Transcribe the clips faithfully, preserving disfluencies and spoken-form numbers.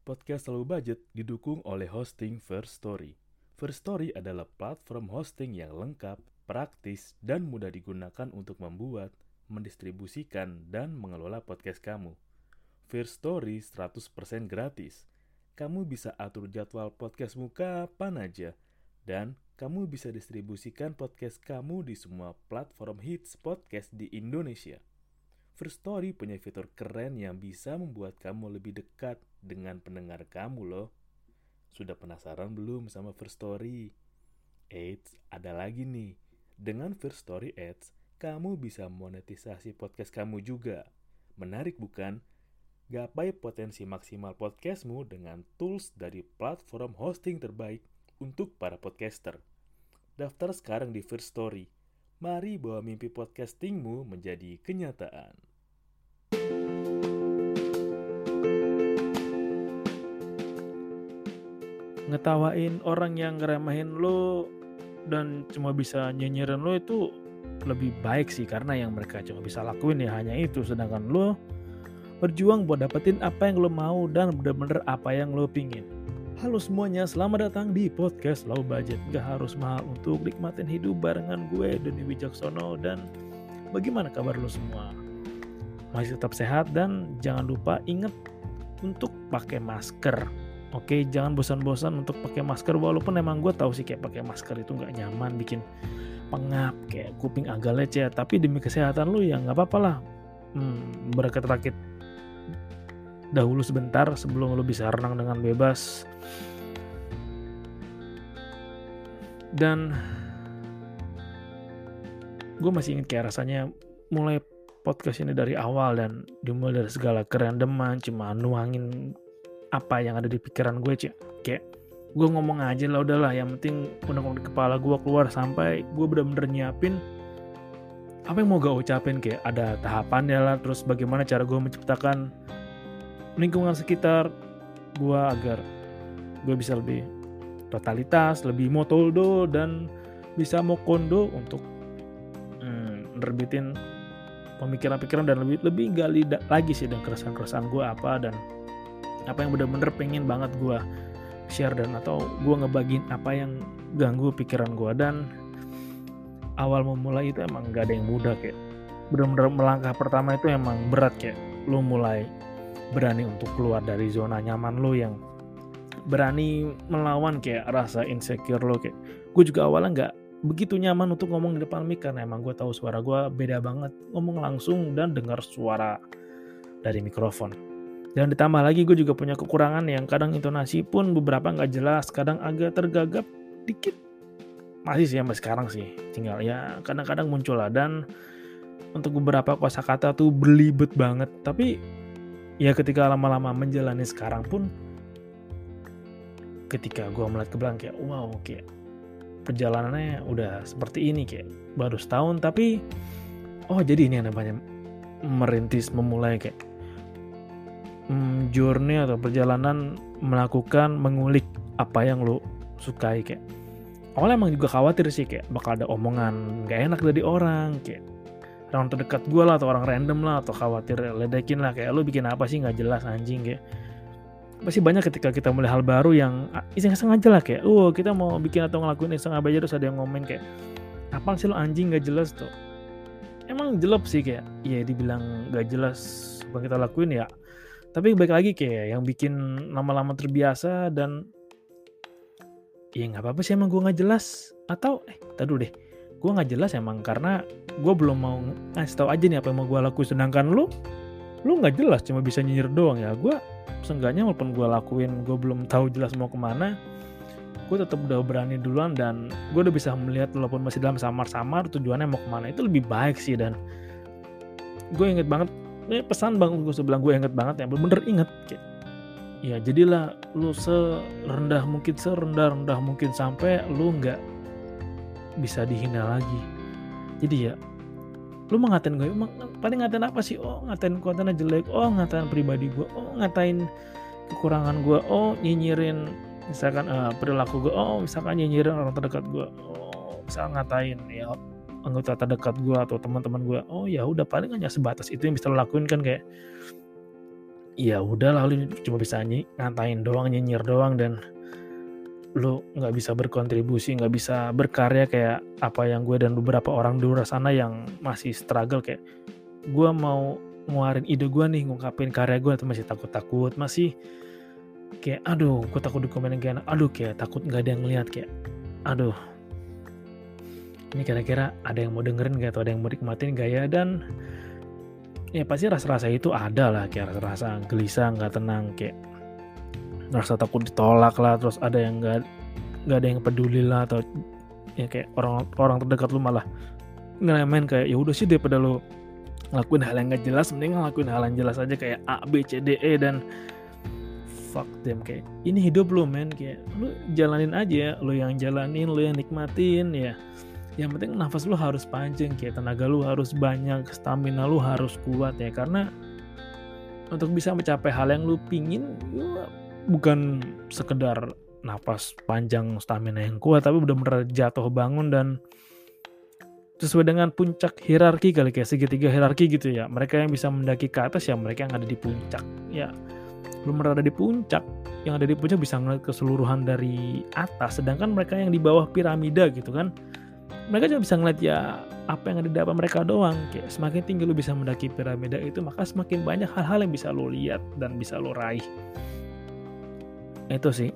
Podcast Selalu Budget didukung oleh hosting First Story. First Story adalah platform hosting yang lengkap, praktis, dan mudah digunakan untuk membuat, mendistribusikan, dan mengelola podcast kamu. First Story seratus persen gratis. Kamu bisa atur jadwal podcastmu kapan aja, dan kamu bisa distribusikan podcast kamu di semua platform hits podcast di Indonesia. First Story punya fitur keren yang bisa membuat kamu lebih dekat dengan pendengar kamu loh. Sudah penasaran belum sama First Story? Eits, ada lagi nih. Dengan First Story Ads, kamu bisa monetisasi podcast kamu juga. Menarik bukan? Gapai potensi maksimal podcastmu dengan tools dari platform hosting terbaik untuk para podcaster. Daftar sekarang di First Story. Mari bawa mimpi podcastingmu menjadi kenyataan. Ngetawain orang yang ngeremehin lo dan cuma bisa nyinyirin lo itu lebih baik sih, karena yang mereka cuma bisa lakuin ya hanya itu, sedangkan lo berjuang buat dapetin apa yang lo mau dan bener-bener apa yang lo pingin. Halo semuanya, selamat datang di podcast Low Budget. Gak harus mahal untuk nikmatin hidup barengan gue, Doni Wijaksono. Dan bagaimana kabar lo semua? Masih tetap sehat dan jangan lupa ingat untuk pakai masker. Oke, jangan bosan-bosan untuk pakai masker, walaupun emang gue tahu sih kayak pakai masker itu nggak nyaman, bikin pengap, kayak kuping agak lecet. Tapi demi kesehatan lo ya nggak apa-apa lah. Hmm, berakit-rakit dahulu sebentar sebelum lo bisa renang dengan bebas. Dan gue masih ingat kayak rasanya mulai podcast ini dari awal dan dimulai dari segala kerandoman, cuma nuangin apa yang ada di pikiran gue, cik. Kayak gue ngomong aja lah, udahlah, yang penting undang-undang di kepala gue keluar sampai gue bener-bener nyiapin apa yang mau gue ucapin. Kayak ada tahapannya lah, terus bagaimana cara gue menciptakan lingkungan sekitar gue agar gue bisa lebih totalitas, lebih motoldo, dan bisa mokondo untuk hmm, nerbitin pemikiran-pikiran dan lebih lebih gali da- lagi sih dan keresahan-keresahan gue apa, dan apa yang bener-bener pengen banget gue share, dan atau gue ngebagiin apa yang ganggu pikiran gue. Dan awal memulai itu emang gak ada yang mudah, kayak bener-bener melangkah pertama itu emang berat, kayak lo mulai berani untuk keluar dari zona nyaman lo, yang berani melawan kayak rasa insecure lo. Kayak gue juga awalnya gak begitu nyaman untuk ngomong di depan mic, karena emang gue tahu suara gue beda banget ngomong langsung dan dengar suara dari mikrofon. Dan ditambah lagi gue juga punya kekurangan yang kadang intonasi pun beberapa gak jelas, kadang agak tergagap dikit. Masih sih sampai sekarang sih, tinggal ya kadang-kadang muncul lah. Dan untuk beberapa kosakata tuh belibet banget. Tapi ya ketika lama-lama menjalani sekarang pun, ketika gue melihat ke belakang kayak wow, kayak perjalanannya udah seperti ini, kayak baru setahun tapi oh jadi ini yang namanya merintis, memulai kayak hmm, journey atau perjalanan melakukan, mengulik apa yang lo sukai. Kayak awalnya emang juga khawatir sih kayak bakal ada omongan gak enak dari orang, kayak orang terdekat gue lah atau orang random lah, atau khawatir ledekin lah kayak lo bikin apa sih gak jelas anjing. Kayak pasti banyak ketika kita mulai hal baru yang iseng-iseng aja lah, kayak oh kita mau bikin atau ngelakuin iseng aja, terus ada yang ngomen kayak apaan sih lo anjing gak jelas tuh. Emang jelek sih, kayak iya dibilang gak jelas apa kita lakuin ya, tapi baik lagi kayak yang bikin lama-lama terbiasa. Dan ya gak apa-apa sih emang gue gak jelas, atau eh tadu deh gue gak jelas emang karena gue belum mau ngasih tau aja nih apa yang mau gue lakuin. Sedangkan lu lu gak jelas cuma bisa nyinyir doang, ya gue seenggaknya walaupun gue lakuin gue belum tahu jelas mau kemana, gue tetap udah berani duluan dan gue udah bisa melihat walaupun masih dalam samar-samar tujuannya mau kemana. Itu lebih baik sih. Dan gue inget banget ini pesan bang gue sebelah, gue inget banget ya, bener-bener inget kayak ya jadilah lu serendah mungkin, serendah-rendah mungkin sampai lu nggak bisa dihina lagi. Jadi ya lu mau ngatain gue, emang paling ngatain apa sih? Oh ngatain kontennya jelek, oh ngatain pribadi gue, oh ngatain kekurangan gue, oh nyinyirin misalkan uh, perilaku gue, oh misalkan nyinyirin orang terdekat gue, oh misalkan ngatain ya anggota terdekat gue atau teman-teman gue. Oh ya udah, paling hanya sebatas itu yang bisa lo lakuin kan. Kayak ya udah lah, lu cuma bisa ny- ngatain doang, nyinyir doang, dan lu nggak bisa berkontribusi, nggak bisa berkarya kayak apa yang gue dan beberapa orang di luar sana yang masih struggle. Kayak gue mau ngeluarin ide gue nih, ngungkapin karya gue, tuh masih takut-takut, masih kayak aduh gue takut dikomenin kayak enak, aduh kayak takut nggak ada yang ngeliat, kayak aduh ini kira-kira ada yang mau dengerin gak, atau ada yang mau nikmatin gak ya. Dan ya pasti rasa-rasa itu ada lah, kayak rasa-rasa gelisah, nggak tenang, kayak rasa takut ditolak lah, terus ada yang nggak nggak ada yang peduli lah, atau ya kayak orang orang terdekat lu malah ngeremehin, kayak ya udah sih daripada lu ngelakuin hal yang nggak jelas, mending ngelakuin hal yang jelas aja kayak A B C D E, dan fuck them. Kayak ini hidup lu men, kayak lu jalanin aja, lu yang jalanin, lu yang nikmatin ya. Yang penting nafas lu harus panjang, kayak tenaga lu harus banyak, stamina lu harus kuat ya, karena untuk bisa mencapai hal yang lu pingin ya, bukan sekedar napas panjang, stamina yang kuat, tapi benar-benar jatuh bangun dan sesuai dengan puncak hierarki kali, kayak segitiga hierarki gitu ya. Mereka yang bisa mendaki ke atas ya mereka yang ada di puncak ya. Belum berada di puncak, yang ada di puncak bisa ngeliat keseluruhan dari atas, sedangkan mereka yang di bawah piramida gitu kan, mereka cuma bisa ngeliat ya apa yang ada di depan mereka doang. Kayak semakin tinggi lu bisa mendaki piramida itu, maka semakin banyak hal-hal yang bisa lu lihat dan bisa lu raih. Itu sih.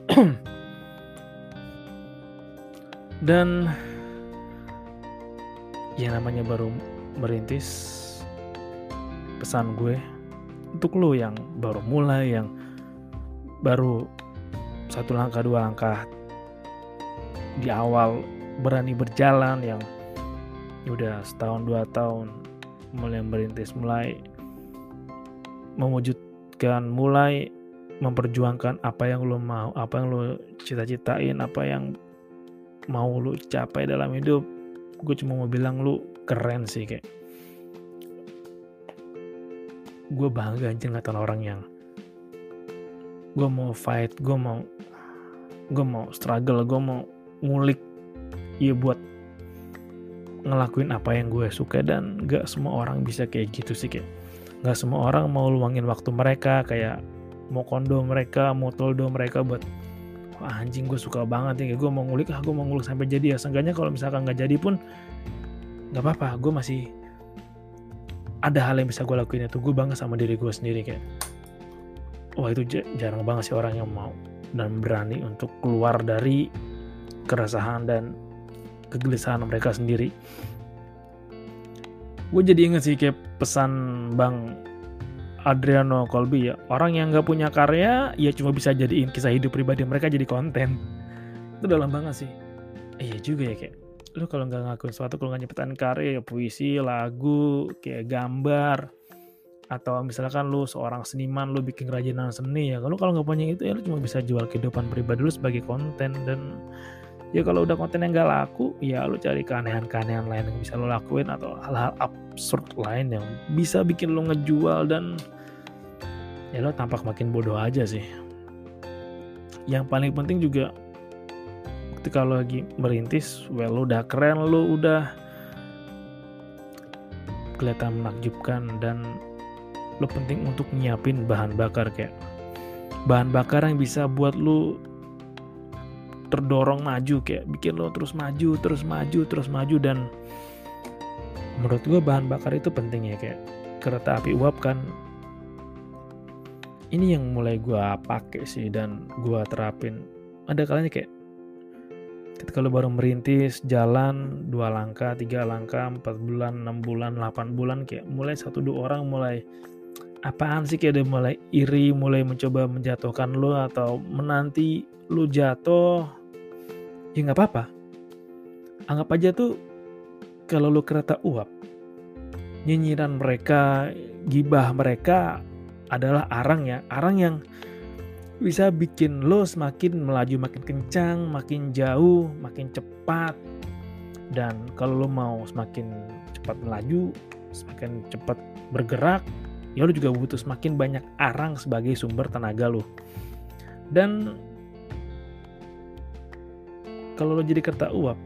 Dan yang namanya baru merintis, pesan gue untuk lo yang baru mulai, yang baru satu langkah dua langkah di awal berani berjalan, yang udah setahun dua tahun mulai merintis, mulai mewujudkan, mulai memperjuangkan apa yang lo mau, apa yang lo cita-citain, apa yang mau lo capai dalam hidup. Gue cuma mau bilang lu keren sih, kayak gue bangga anjir ngeliatin orang yang gue mau fight, gue mau gue mau struggle, gue mau ngulik ya buat ngelakuin apa yang gue suka. Dan gak semua orang bisa kayak gitu sih, kayak gak semua orang mau luangin waktu mereka, kayak mau kondo mereka, mau toldo mereka buat wah anjing gue suka banget nih, gue mau ngulik, ah gue mau ngulik sampai jadi ya. Seenggaknya kalau misalkan gak jadi pun gak apa-apa, gue masih ada hal yang bisa gue lakuin. Itu gue bangga sama diri gue sendiri, kayak wah itu jarang banget sih orang yang mau dan berani untuk keluar dari keresahan dan kegelisahan mereka sendiri. Gue jadi inget sih kayak pesan Bang Adriano Colby ya, orang yang gak punya karya ya cuma bisa jadiin kisah hidup pribadi mereka jadi konten. Itu dalam banget sih. Eh, iya juga ya, kayak lu kalau gak ngakuin sesuatu, kalau gak nyiptain karya ya puisi, lagu, kayak gambar, atau misalkan lu seorang seniman, lu bikin kerajinan seni ya, kalau kalau gak punya itu ya lu cuma bisa jual kehidupan pribadi lu sebagai konten. Dan ya kalau udah konten yang gak laku ya lu cari keanehan-keanehan lain yang bisa lu lakuin, atau hal-hal absurd lain yang bisa bikin lu ngejual, dan ya lo tampak makin bodoh aja sih. Yang paling penting juga ketika lo lagi merintis, well lo udah keren, lo udah kelihatan menakjubkan, dan lo penting untuk nyiapin bahan bakar, kayak bahan bakar yang bisa buat lo terdorong maju, kayak bikin lo terus maju, terus maju, terus maju. Dan menurut gue bahan bakar itu penting ya, kayak kereta api uap kan. Ini yang mulai gue pakai sih dan gue terapin. Ada kalanya kayak ketika lo baru merintis, jalan dua langkah, tiga langkah, empat bulan, enam bulan, delapan bulan, kayak mulai satu dua orang mulai apaan sih, kayak udah mulai iri, mulai mencoba menjatuhkan lo atau menanti lo jatuh. Ya nggak apa-apa. Anggap aja tuh kalau lo kereta uap, nyinyiran mereka, gibah mereka adalah arang ya, arang yang bisa bikin lo semakin melaju, makin kencang, makin jauh, makin cepat. Dan kalau lo mau semakin cepat melaju, semakin cepat bergerak, ya lo juga butuh semakin banyak arang sebagai sumber tenaga lo. Dan kalau lo jadi kereta uap,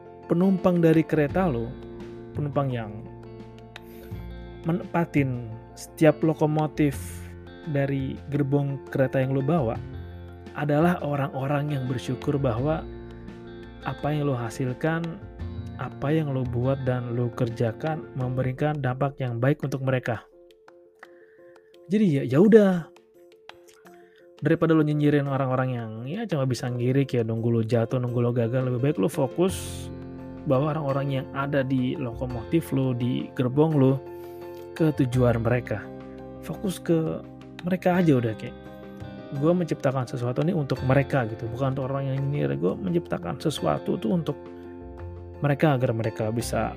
penumpang dari kereta lo, penumpang yang menempatin setiap lokomotif dari gerbong kereta yang lo bawa adalah orang-orang yang bersyukur bahwa apa yang lo hasilkan, apa yang lo buat dan lo kerjakan memberikan dampak yang baik untuk mereka. Jadi ya ya udah, daripada lo nyinyirin orang-orang yang ya cuma bisa ngirik ya, nunggu lo jatuh, nunggu lo gagal, lebih baik lo fokus bahwa orang-orang yang ada di lokomotif lo, di gerbong lo, ke tujuan mereka. Fokus ke mereka aja udah, kayak gue menciptakan sesuatu nih untuk mereka gitu, bukan untuk orang yang nyinyir. Gue menciptakan sesuatu tuh untuk mereka agar mereka bisa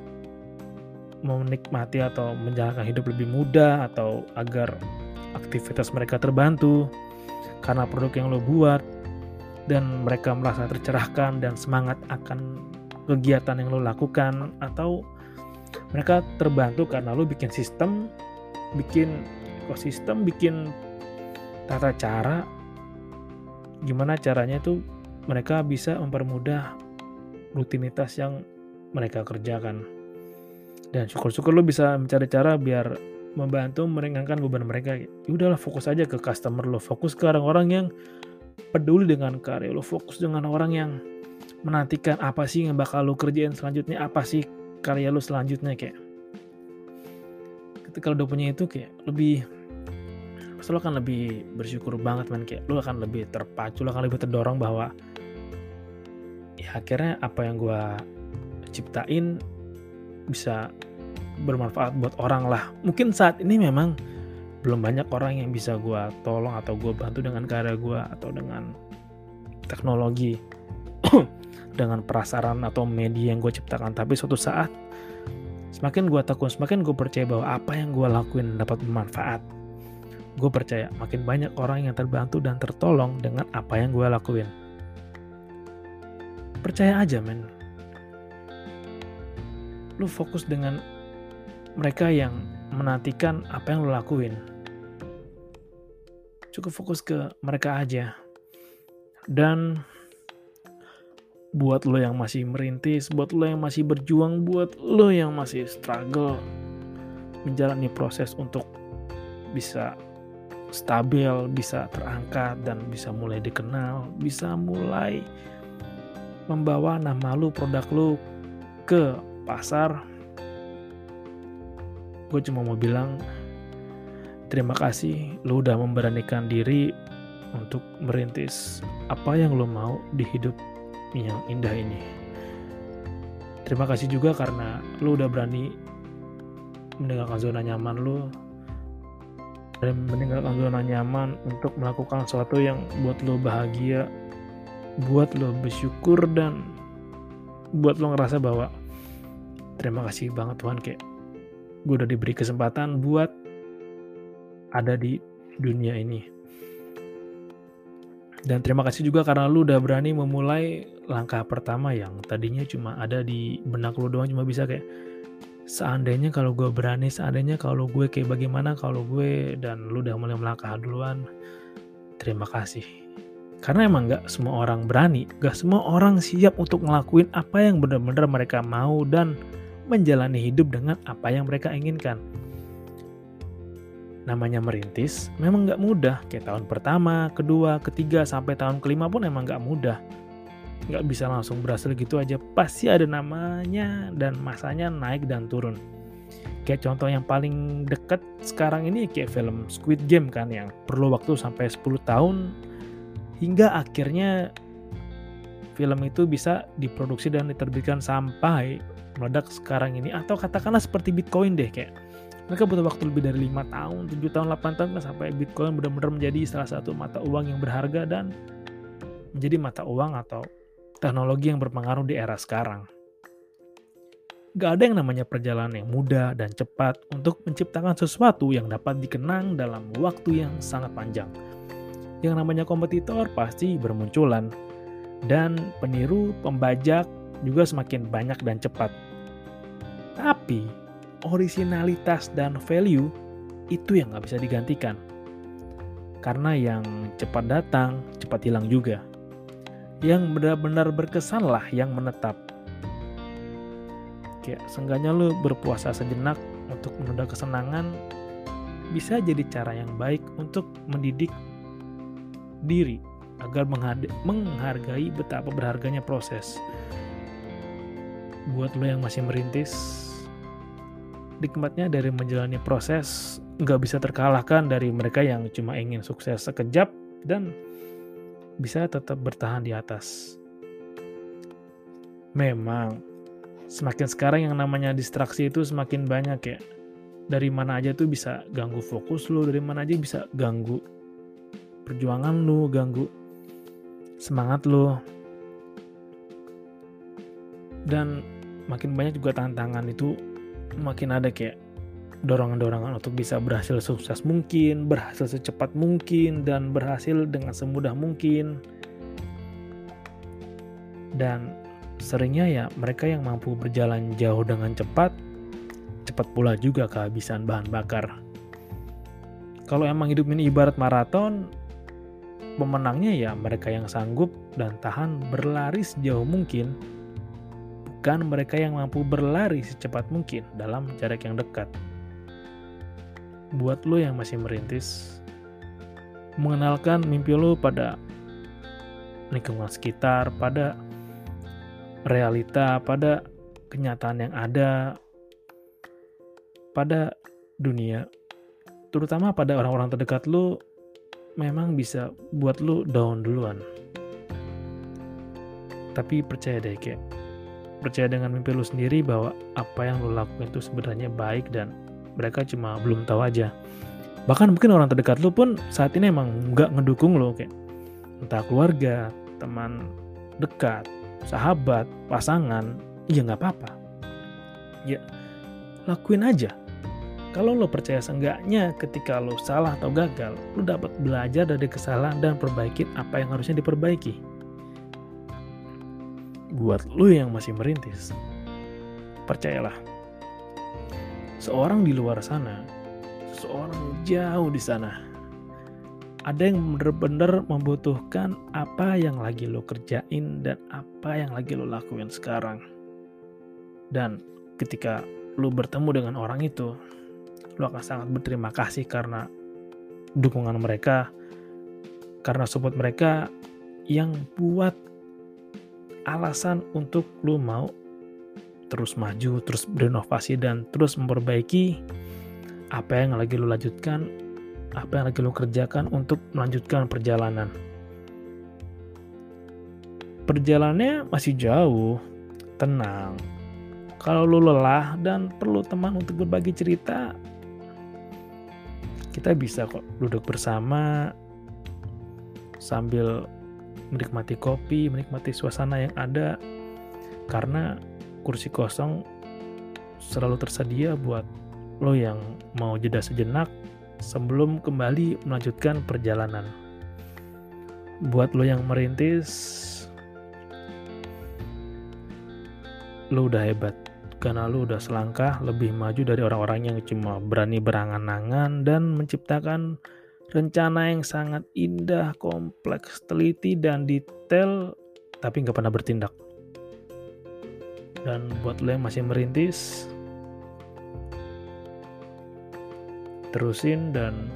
menikmati atau menjalankan hidup lebih mudah, atau agar aktivitas mereka terbantu karena produk yang lo buat, dan mereka merasa tercerahkan dan semangat akan kegiatan yang lo lakukan, atau mereka terbantu karena lo bikin sistem, bikin ekosistem, bikin tata cara gimana caranya tuh mereka bisa mempermudah rutinitas yang mereka kerjakan. Dan syukur-syukur lo bisa mencari cara biar membantu meringankan beban mereka. Ya udahlah, fokus aja ke customer lo, fokus ke orang-orang yang peduli dengan karya lo, fokus dengan orang yang menantikan apa sih yang bakal lo kerjain selanjutnya, apa sih karya lo selanjutnya. Kayak ketika lo udah punya itu, kayak lebih, pasti lo akan lebih bersyukur banget man. Kayak lo akan lebih terpacu, lo akan lebih terdorong bahwa ya akhirnya apa yang gue ciptain bisa bermanfaat buat orang lah. Mungkin saat ini memang belum banyak orang yang bisa gue tolong atau gue bantu dengan karya gue atau dengan teknologi dengan prasaran atau media yang gue ciptakan, tapi suatu saat semakin gue tekun, semakin gue percaya bahwa apa yang gue lakuin dapat bermanfaat. Gue percaya makin banyak orang yang terbantu dan tertolong dengan apa yang gue lakuin. Percaya aja men. Lu fokus dengan mereka yang menantikan apa yang lu lakuin. Cukup fokus ke mereka aja. Dan buat lo yang masih merintis, buat lo yang masih berjuang, buat lo yang masih struggle menjalani proses untuk bisa stabil, bisa terangkat, dan bisa mulai dikenal, bisa mulai membawa nama lo, produk lo ke pasar. Gue cuma mau bilang terima kasih lo udah memberanikan diri untuk merintis apa yang lo mau di hidup yang indah ini. Terima kasih juga karena lo udah berani meninggalkan zona nyaman lo, dan meninggalkan zona nyaman untuk melakukan sesuatu yang buat lo bahagia, buat lo bersyukur, dan buat lo ngerasa bahwa terima kasih banget Tuhan, kayak gue udah diberi kesempatan buat ada di dunia ini. Dan terima kasih juga karena lu udah berani memulai langkah pertama yang tadinya cuma ada di benak lu doang, cuma bisa kayak seandainya kalau gue berani, seandainya kalau gue kayak bagaimana kalau gue, dan lu udah mulai melangkah duluan. Terima kasih. Karena emang gak semua orang berani, gak semua orang siap untuk ngelakuin apa yang benar-benar mereka mau dan menjalani hidup dengan apa yang mereka inginkan. Namanya merintis memang gak mudah. Kayak tahun pertama, kedua, ketiga, sampai tahun kelima pun emang gak mudah. Gak bisa langsung berhasil gitu aja. Pasti ada namanya dan masanya naik dan turun. Kayak contoh yang paling dekat sekarang ini kayak film Squid Game kan, yang perlu waktu sampai sepuluh tahun hingga akhirnya film itu bisa diproduksi dan diterbitkan sampai meledak sekarang ini. Atau katakanlah seperti Bitcoin deh, kayak mereka butuh waktu lebih dari lima tahun, tujuh tahun, delapan tahun kan sampai Bitcoin benar-benar menjadi salah satu mata uang yang berharga dan menjadi mata uang atau teknologi yang berpengaruh di era sekarang. Gak ada yang namanya perjalanan yang mudah dan cepat untuk menciptakan sesuatu yang dapat dikenang dalam waktu yang sangat panjang. Yang namanya kompetitor pasti bermunculan, dan peniru, pembajak juga semakin banyak dan cepat. Tapi originalitas dan value itu yang gak bisa digantikan. Karena yang cepat datang, cepat hilang juga. Yang benar-benar berkesan lah yang menetap. Kayak seenggaknya lu berpuasa sejenak untuk menunda kesenangan, bisa jadi cara yang baik untuk mendidik diri agar menghargai betapa berharganya proses. Buat lo yang masih merintis, nikmatnya dari menjalani proses nggak bisa terkalahkan dari mereka yang cuma ingin sukses sekejap dan bisa tetap bertahan di atas. Memang semakin sekarang yang namanya distraksi itu semakin banyak ya. Dari mana aja tuh bisa ganggu fokus lo, dari mana aja bisa ganggu perjuangan lo, ganggu semangat lo. Dan makin banyak juga tantangan itu, makin ada kayak dorongan-dorongan untuk bisa berhasil sukses mungkin, berhasil secepat mungkin, dan berhasil dengan semudah mungkin. Dan seringnya ya mereka yang mampu berjalan jauh dengan cepat, cepat pula juga kehabisan bahan bakar. Kalau emang hidup ini ibarat maraton, pemenangnya ya mereka yang sanggup dan tahan berlari sejauh mungkin, bukan mereka yang mampu berlari secepat mungkin dalam jarak yang dekat. Buat lo yang masih merintis, mengenalkan mimpi lo pada lingkungan sekitar, pada realita, pada kenyataan yang ada, pada dunia, terutama pada orang-orang terdekat lo, memang bisa buat lo down duluan. Tapi percaya deh, kayak percaya dengan mimpi lo sendiri bahwa apa yang lo lakukan itu sebenarnya baik dan mereka cuma belum tahu aja. Bahkan mungkin orang terdekat lo pun saat ini emang nggak ngedukung lo, kayak entah keluarga, teman dekat, sahabat, pasangan, ya nggak apa-apa. Ya lakuin aja. Kalau lo percaya seenggaknya ketika lo salah atau gagal, lo dapat belajar dari kesalahan dan perbaikin apa yang harusnya diperbaiki. Buat lo yang masih merintis, percayalah, seorang di luar sana, seorang jauh di sana, ada yang benar-benar membutuhkan apa yang lagi lo kerjain dan apa yang lagi lo lakuin sekarang. Dan ketika lo bertemu dengan orang itu, lo akan sangat berterima kasih karena dukungan mereka, karena support mereka yang buat alasan untuk lo mau terus maju, terus berinovasi, dan terus memperbaiki apa yang lagi lo lanjutkan, apa yang lagi lo kerjakan untuk melanjutkan perjalanan. Perjalanannya masih jauh, tenang. Kalau lo lelah dan perlu teman untuk berbagi cerita, kita bisa kok duduk bersama sambil menikmati kopi, menikmati suasana yang ada, karena kursi kosong selalu tersedia buat lo yang mau jeda sejenak sebelum kembali melanjutkan perjalanan. Buat lo yang merintis, lo udah hebat karena lo udah selangkah lebih maju dari orang-orang yang cuma berani berangan-angan dan menciptakan rencana yang sangat indah, kompleks, teliti, dan detail, tapi nggak pernah bertindak. Dan buat lo yang masih merintis, terusin dan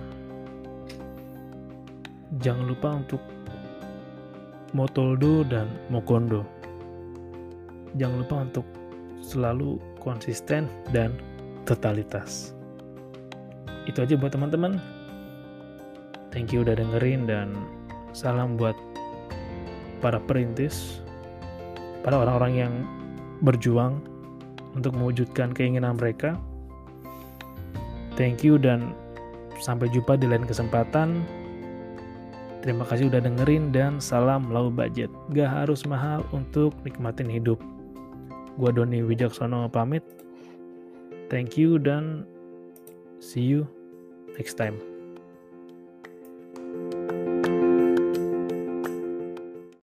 jangan lupa untuk motoldo dan mokondo. Jangan lupa untuk selalu konsisten dan totalitas. Itu aja buat teman-teman. Thank you udah dengerin, dan salam buat para perintis, para orang-orang yang berjuang untuk mewujudkan keinginan mereka. Thank you dan sampai jumpa di lain kesempatan. Terima kasih udah dengerin dan salam low budget. Gak harus mahal untuk nikmatin hidup. Gua Doni Wijaksono pamit. Thank you dan see you next time.